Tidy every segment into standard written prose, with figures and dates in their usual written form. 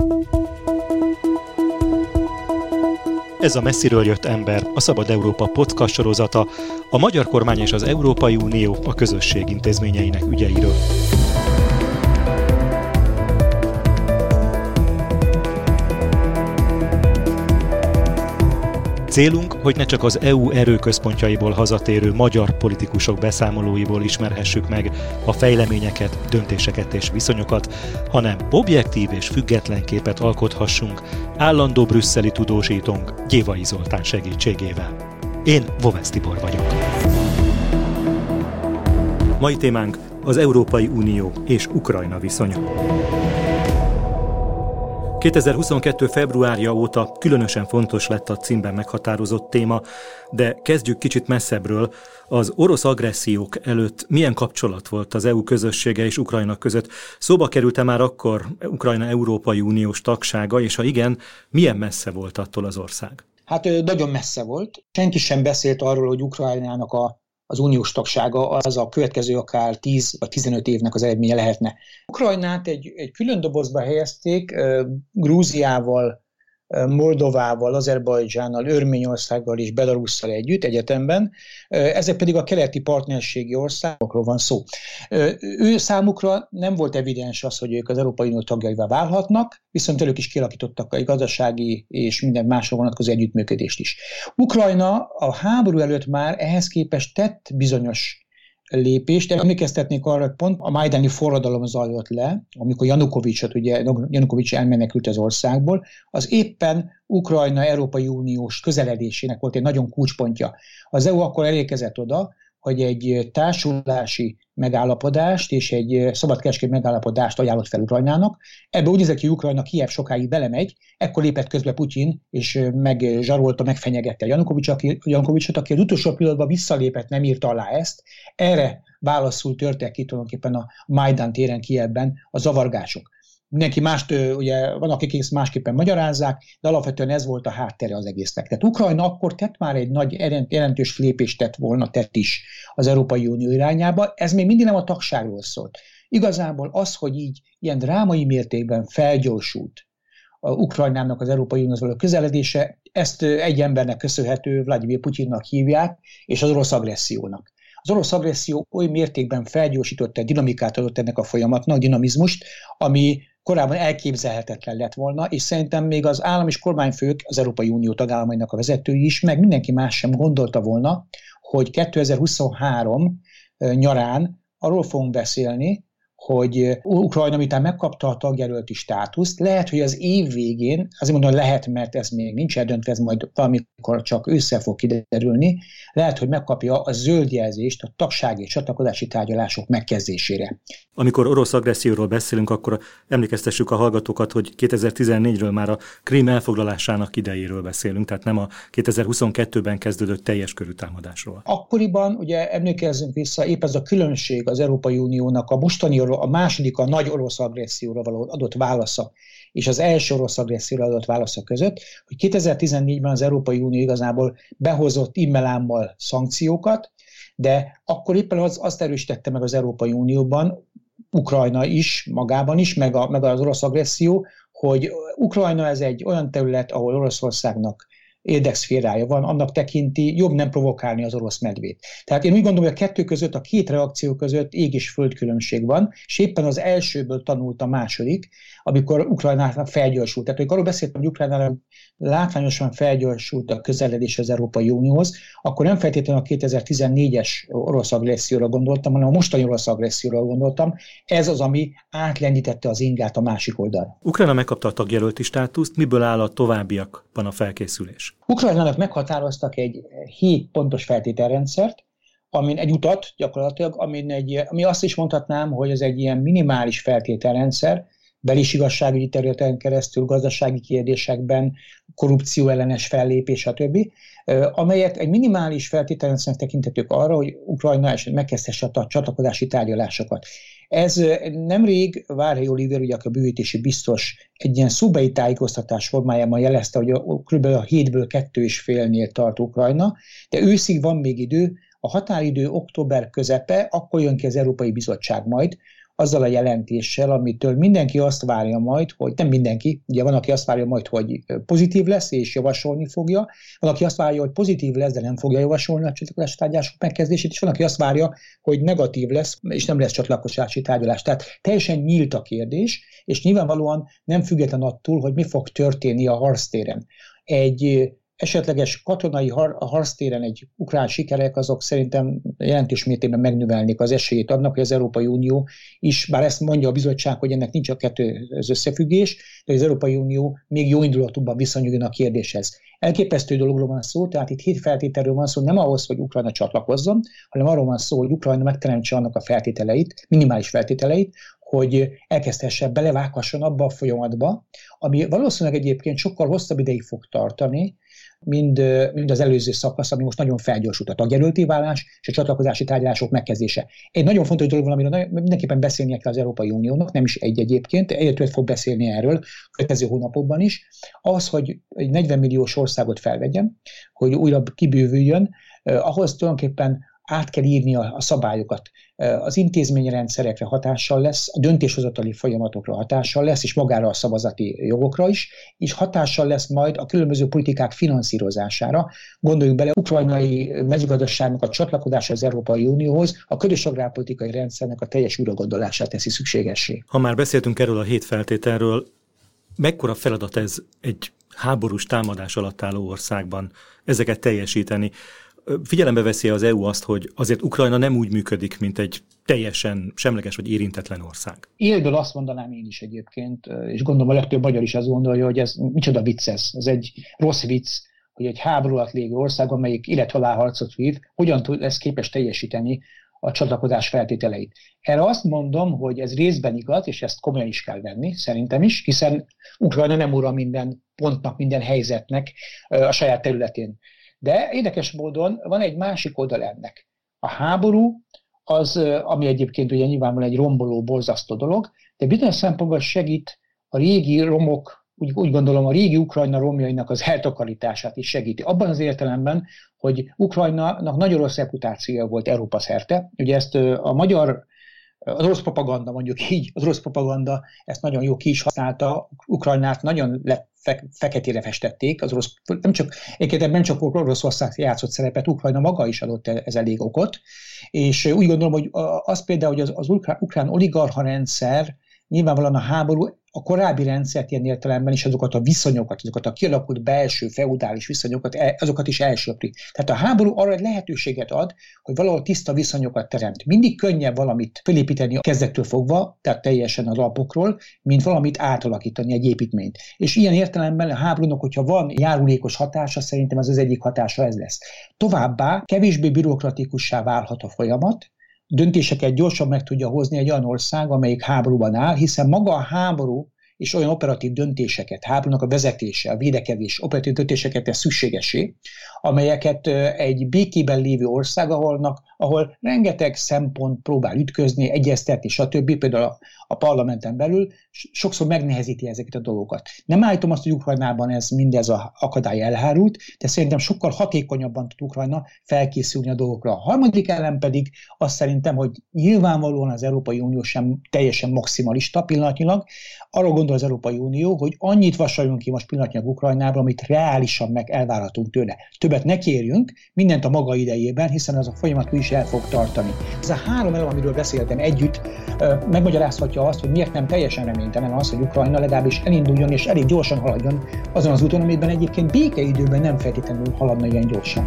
Ez a Messziről jött ember, a Szabad Európa podcast sorozata, a magyar kormány és az Európai Unió a közösség intézményeinek ügyeiről. Célunk, hogy ne csak az EU erőközpontjaiból hazatérő magyar politikusok beszámolóiból ismerhessük meg a fejleményeket, döntéseket és viszonyokat, hanem objektív és független képet alkothassunk állandó brüsszeli tudósítónk Gyévai Zoltán segítségével. Én Vovesz Tibor vagyok. Mai témánk az Európai Unió és Ukrajna viszonya. 2022. februárja óta különösen fontos lett a címben meghatározott téma, de kezdjük kicsit messzebbről. Az orosz agressziók előtt milyen kapcsolat volt az EU közössége és Ukrajna között? Szóba került-e már akkor Ukrajna Európai Uniós tagsága, és ha igen, milyen messze volt attól az ország? Hát nagyon messze volt. Senki sem beszélt arról, hogy Ukrajnának az uniós tagsága az a következő akár 10 vagy 15 évnek az eredménye lehetne. Ukrajnát egy külön dobozba helyezték, Grúziával, Moldovával, Azerbajdzsánnal, Örményországgal és Belarusszal együtt egyetemben, ezek pedig a keleti partnerségi országokról van szó. Ő számukra nem volt evidens az, hogy ők az Európai Unió tagjaivá válhatnak, viszont ők is kialakítottak egy gazdasági és minden másra vonatkozó együttműködést is. Ukrajna a háború előtt már ehhez képest tett bizonyos lépést. Emlékeztetnék arra, hogy pont a majdani forradalom zajlott le, amikor Janukovics elmenekült az országból, az éppen Ukrajna Európai Uniós közeledésének volt egy nagyon kulcspontja. Az EU akkor elérkezett oda, hogy egy társulási megállapodást és egy szabadkereskedelmi megállapodást ajánlott fel Ukrajnának. Ebbe úgy nézett ki, hogy Ukrajna Kijev sokáig belemegy, ekkor lépett közbe Putyin, és megzsarolta, megfenyegette Janukovicsot, aki az utolsó pillanatban visszalépett, nem írta alá ezt. Erre válaszul törtek ki tulajdonképpen a Majdan téren Kijevben a zavargások. Mindenki mást, ugye van, akik ezt másképpen magyarázzák, de alapvetően ez volt a háttere az egésznek. Tehát Ukrajna akkor tett már egy nagy jelentős lépést tett is az Európai Unió irányába, ez még mindig nem a tagságról szólt. Igazából az, hogy így ilyen drámai mértékben felgyorsult a Ukrajnának az Európai Unióhoz való közeledése, ezt egy embernek köszönhető, Vladimir Putyinnak hívják, és az orosz agressziónak. Az orosz agresszió oly mértékben felgyorsította, dinamikát adott ennek a folyamatnak, dinamizmust, ami korábban elképzelhetetlen lett volna, és szerintem még az állam és kormányfők, az Európai Unió tagállamainak a vezetői is, meg mindenki más sem gondolta volna, hogy 2023 nyarán arról fogunk beszélni, hogy Ukrajna miután megkapta a tagjelölti státuszt, lehet, hogy az év végén, azért mondom, lehet, mert ez még nincs eldöntve, ez majd valamikor csak ősszel fog kiderülni, lehet, hogy megkapja a zöld jelzést a tagsági és csatlakozási tárgyalások megkezdésére. Amikor orosz agresszióról beszélünk, akkor emlékeztessük a hallgatókat, hogy 2014-ről már a Krím elfoglalásának idejéről beszélünk, tehát nem a 2022-ben kezdődött teljes körű támadásról. Akkoriban, ugye emlékezzünk vissza, épp ez a különbség az Európai Uniónak a második, a nagy orosz agresszióra való adott válasza, és az első orosz agresszióra adott válasza között, hogy 2014-ben az Európai Unió igazából behozott immelámmal szankciókat, de akkor éppen azt erősítette meg az Európai Unióban, Ukrajna is, magában is, meg az orosz agresszió, hogy Ukrajna ez egy olyan terület, ahol Oroszországnak érdekszférája van, annak tekinti, jobb nem provokálni az orosz medvét. Tehát én úgy gondolom, hogy a kettő között, a két reakció között ég és föld különbség van, és éppen az elsőből tanult a második, amikor Ukrajnának felgyorsult. Tehát amikor arról beszéltem, hogy Ukrajnának látványosan felgyorsult a közeledés az Európai Unióhoz, akkor nem feltétlenül a 2014-es orosz agresszióra gondoltam, hanem a mostani orosz agresszióra gondoltam. Ez az, ami átlendítette az ingát a másik oldalra. Ukrajna megkapta a tagjelölti státuszt, miből áll a továbbiakban a felkészülés? Ukrajnának meghatároztak egy 7 pontos feltételrendszert, amin egy utat gyakorlatilag, ami azt is mondhatnám, hogy ez egy ilyen minimális feltételrendszer, bel- és igazságügyi területen keresztül, gazdasági kérdésekben, korrupció ellenes fellépés, stb., amelyet egy minimális feltételrendszernek tekintetők arra, hogy Ukrajna esetleg megkezdhesse a csatlakozási tárgyalásokat. Ez nemrég Várhelyi Olivér, ugye a bővítési biztos egy ilyen szóbeli tájékoztatás formájában jelezte, hogy kb. 7-ből 2,5-nél tart Ukrajna, de őszig van még idő, a határidő október közepe, akkor jön ki az Európai Bizottság majd azzal a jelentéssel, amitől mindenki azt várja majd, hogy nem mindenki, ugye van, aki azt várja majd, hogy pozitív lesz és javasolni fogja, van, aki azt várja, hogy pozitív lesz, de nem fogja javasolni a csatlakozási tárgyalások megkezdését, és van, aki azt várja, hogy negatív lesz, és nem lesz csatlakozási tárgyalás. Tehát teljesen nyílt a kérdés, és nyilvánvalóan nem független attól, hogy mi fog történni a harctéren. Egy esetleges katonai harctéren egy ukrán sikerek, azok szerintem jelentős mértékben megnövelnék az esélyét annak, hogy az Európai Unió is, bár ezt mondja a bizottság, hogy ennek nincs a kettő összefüggés, de az Európai Unió még jó indulatúban viszonyuljon a kérdéshez. Elképesztő dologról van szó, tehát itt 7 feltételről van szó, nem ahhoz, hogy Ukrajna csatlakozzon, hanem arról van szó, hogy Ukrajna megteremtse annak a feltételeit, minimális feltételeit, hogy elkezdhesse, belevághasson abba a folyamatba, ami valószínűleg egyébként sokkal hosszabb ideig fog tartani, mind az előző szakasz, ami most nagyon felgyorsult, a tagjelölté válás és a csatlakozási tárgyalások megkezdése. Egy nagyon fontos dolog van, amiről mindenképpen beszélnie kell az Európai Uniónak, nem is egyébként, egyre többet fog beszélni erről a következő hónapokban is, az, hogy egy 40 milliós országot felvegyen, hogy újra kibővüljön, ahhoz tulajdonképpen át kell írni a szabályokat. Az intézményrendszerekre hatással lesz, a döntéshozatali folyamatokra hatással lesz, és magára a szavazati jogokra is, és hatással lesz majd a különböző politikák finanszírozására. Gondoljunk bele, ukrajnai mezőgazdaságnak a csatlakozása az Európai Unióhoz a közös agrárpolitikai rendszernek a teljes újragondolását teszi szükségessé. Ha már beszéltünk erről a 7 feltételről, mekkora feladat ez egy háborús támadás alatt álló országban ezeket teljesíteni? Figyelembe veszi az EU azt, hogy azért Ukrajna nem úgy működik, mint egy teljesen semleges vagy érintetlen ország? Élből azt mondanám én is egyébként, és gondolom a legtöbb magyar is azt gondolja, hogy ez micsoda vicc ez egy rossz vicc, hogy egy háború alatt lévő ország, amelyik élet-halálharcot vív, hogyan lesz képes teljesíteni a csatlakozás feltételeit. Erre azt mondom, hogy ez részben igaz, és ezt komolyan is kell venni, szerintem is, hiszen Ukrajna nem ura minden pontnak, minden helyzetnek a saját területén. De érdekes módon van egy másik oldal ennek. A háború az, ami egyébként ugye nyilvánvalóan egy romboló, borzasztó dolog, de bizonyos szempontból segít a régi romok, úgy gondolom a régi Ukrajna romjainak az eltakarítását is segíti. Abban az értelemben, hogy Ukrajnának nagyon rossz reputációja volt Európa szerte. Ugye ezt az orosz propaganda, mondjuk így, az orosz propaganda ezt nagyon jó ki is használta, Ukrajnát nagyon feketére festették, az orosz, nem csak Oroszország játszott szerepet, Ukrajna maga is adott ez elég okot, és úgy gondolom, hogy az például, hogy az ukrán oligarcha rendszer, nyilvánvalóan a háború a korábbi rendszert ilyen értelemben is azokat a viszonyokat, azokat a kialakult belső feudális viszonyokat, azokat is elsöpri. Tehát a háború arra egy lehetőséget ad, hogy valahol tiszta viszonyokat teremt. Mindig könnyebb valamit felépíteni a kezdettől fogva, tehát teljesen az alapokról, mint valamit átalakítani, egy építményt. És ilyen értelemben a háborúnak, hogyha van járulékos hatása, szerintem az egyik hatása ez lesz. Továbbá kevésbé bürokratikussá válhat a folyamat, döntéseket gyorsan meg tudja hozni egy olyan ország, amelyik háborúban áll, hiszen maga a háború és olyan operatív döntéseket, háborúnak a vezetése, a védekezés, operatív döntéseket tesz szükségessé, amelyeket egy békében lévő ország, ahol rengeteg szempont próbál ütközni, egyeztetni, stb. Például a parlamenten belül sokszor megnehezíti ezeket a dolgokat. Nem állítom azt, hogy Ukrajnában mindez az akadály elhárult, de szerintem sokkal hatékonyabban tud Ukrajna felkészülni a dolgokra. A harmadik elem pedig azt szerintem, hogy nyilvánvalóan az Európai Unió sem teljesen maximalista pillanatnyilag. Arra gondol az Európai Unió, hogy annyit vasaljunk ki most pillanatnyilag Ukrajnába, amit reálisan meg elvárhatunk tőle. Többet ne kérjünk, mindent a maga idejében, hiszen az a folyamat is el fog tartani. Ez a 3 elem, amiről beszéltem együtt, megmagyarázhatja azt, hogy miért nem teljesen reménytelen az, hogy Ukrajna legalábbis elinduljon és elég gyorsan haladjon azon az úton, amiben egyébként békeidőben nem feltétlenül haladna ilyen gyorsan.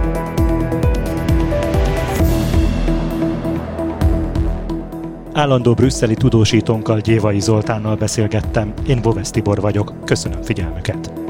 Állandó brüsszeli tudósítónkkal, Gyévai Zoltánnal beszélgettem. Én Bovesz Tibor vagyok. Köszönöm figyelmüket.